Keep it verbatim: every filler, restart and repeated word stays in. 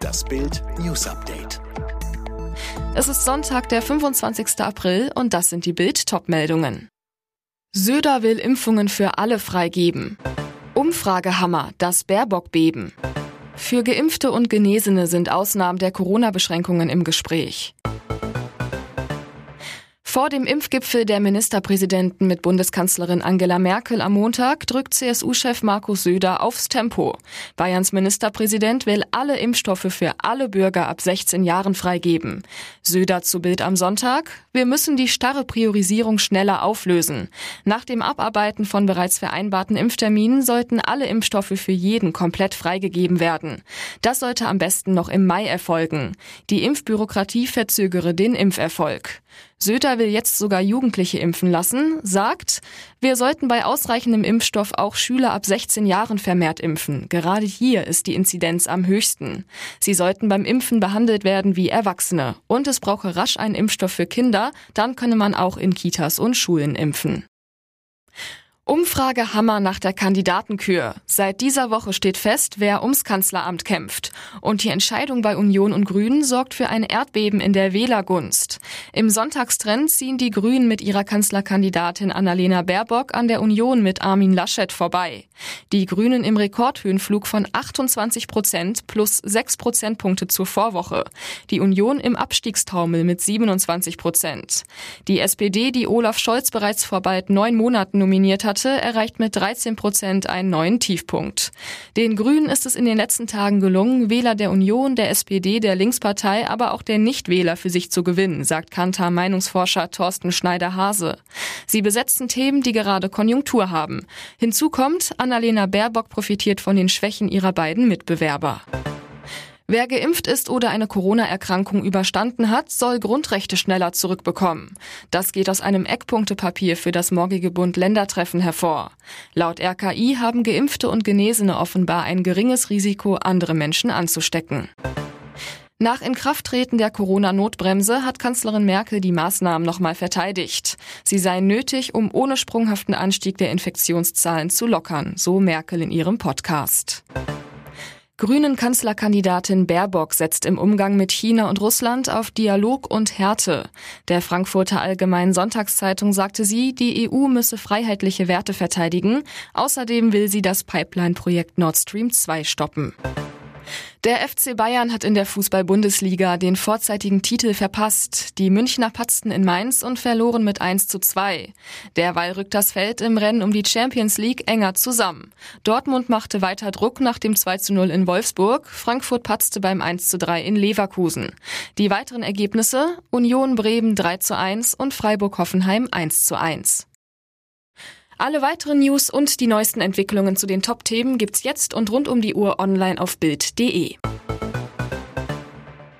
Das Bild News Update. Es ist Sonntag, der fünfundzwanzigster April und das sind die Bild-Top-Meldungen. Söder will Impfungen für alle freigeben. Umfragehammer, das Baerbock-Beben. Für Geimpfte und Genesene sind Ausnahmen der Corona-Beschränkungen im Gespräch. Vor dem Impfgipfel der Ministerpräsidenten mit Bundeskanzlerin Angela Merkel am Montag drückt C S U-Chef Markus Söder aufs Tempo. Bayerns Ministerpräsident will alle Impfstoffe für alle Bürger ab sechzehn Jahren freigeben. Söder zu Bild am Sonntag: Wir müssen die starre Priorisierung schneller auflösen. Nach dem Abarbeiten von bereits vereinbarten Impfterminen sollten alle Impfstoffe für jeden komplett freigegeben werden. Das sollte am besten noch im Mai erfolgen. Die Impfbürokratie verzögere den Impferfolg. Söder will jetzt sogar Jugendliche impfen lassen, sagt, wir sollten bei ausreichendem Impfstoff auch Schüler ab sechzehn Jahren vermehrt impfen. Gerade hier ist die Inzidenz am höchsten. Sie sollten beim Impfen behandelt werden wie Erwachsene. Und es brauche rasch einen Impfstoff für Kinder, dann könne man auch in Kitas und Schulen impfen. Umfragehammer nach der Kandidatenkür. Seit dieser Woche steht fest, wer ums Kanzleramt kämpft. Und die Entscheidung bei Union und Grünen sorgt für ein Erdbeben in der Wählergunst. Im Sonntagstrend ziehen die Grünen mit ihrer Kanzlerkandidatin Annalena Baerbock an der Union mit Armin Laschet vorbei. Die Grünen im Rekordhöhenflug von achtundzwanzig Prozent plus sechs Prozentpunkte zur Vorwoche. Die Union im Abstiegstaumel mit siebenundzwanzig Prozent. Die S P D, die Olaf Scholz bereits vor bald neun Monaten nominiert hatte, erreicht mit dreizehn Prozent einen neuen Tiefpunkt. Den Grünen ist es in den letzten Tagen gelungen, Wähler der Union, der S P D, der Linkspartei, aber auch der Nichtwähler für sich zu gewinnen, sagt Kantar-Meinungsforscher Thorsten Schneider-Hase. Sie besetzen Themen, die gerade Konjunktur haben. Hinzu kommt, Annalena Baerbock profitiert von den Schwächen ihrer beiden Mitbewerber. Wer geimpft ist oder eine Corona-Erkrankung überstanden hat, soll Grundrechte schneller zurückbekommen. Das geht aus einem Eckpunktepapier für das morgige Bund-Länder-Treffen hervor. Laut R K I haben Geimpfte und Genesene offenbar ein geringes Risiko, andere Menschen anzustecken. Nach Inkrafttreten der Corona-Notbremse hat Kanzlerin Merkel die Maßnahmen nochmal verteidigt. Sie seien nötig, um ohne sprunghaften Anstieg der Infektionszahlen zu lockern, so Merkel in ihrem Podcast. Grünen-Kanzlerkandidatin Baerbock setzt im Umgang mit China und Russland auf Dialog und Härte. Der Frankfurter Allgemeinen Sonntagszeitung sagte sie, die E U müsse freiheitliche Werte verteidigen. Außerdem will sie das Pipeline-Projekt Nord Stream zwei stoppen. Der F C Bayern hat in der Fußball-Bundesliga den vorzeitigen Titel verpasst. Die Münchner patzten in Mainz und verloren mit eins zu zwei. Derweil rückt das Feld im Rennen um die Champions League enger zusammen. Dortmund machte weiter Druck nach dem zwei zu null in Wolfsburg. Frankfurt patzte beim eins zu drei in Leverkusen. Die weiteren Ergebnisse: Union Bremen drei zu eins und Freiburg-Hoffenheim eins zu eins. Alle weiteren News und die neuesten Entwicklungen zu den Top-Themen gibt's jetzt und rund um die Uhr online auf bild punkt de.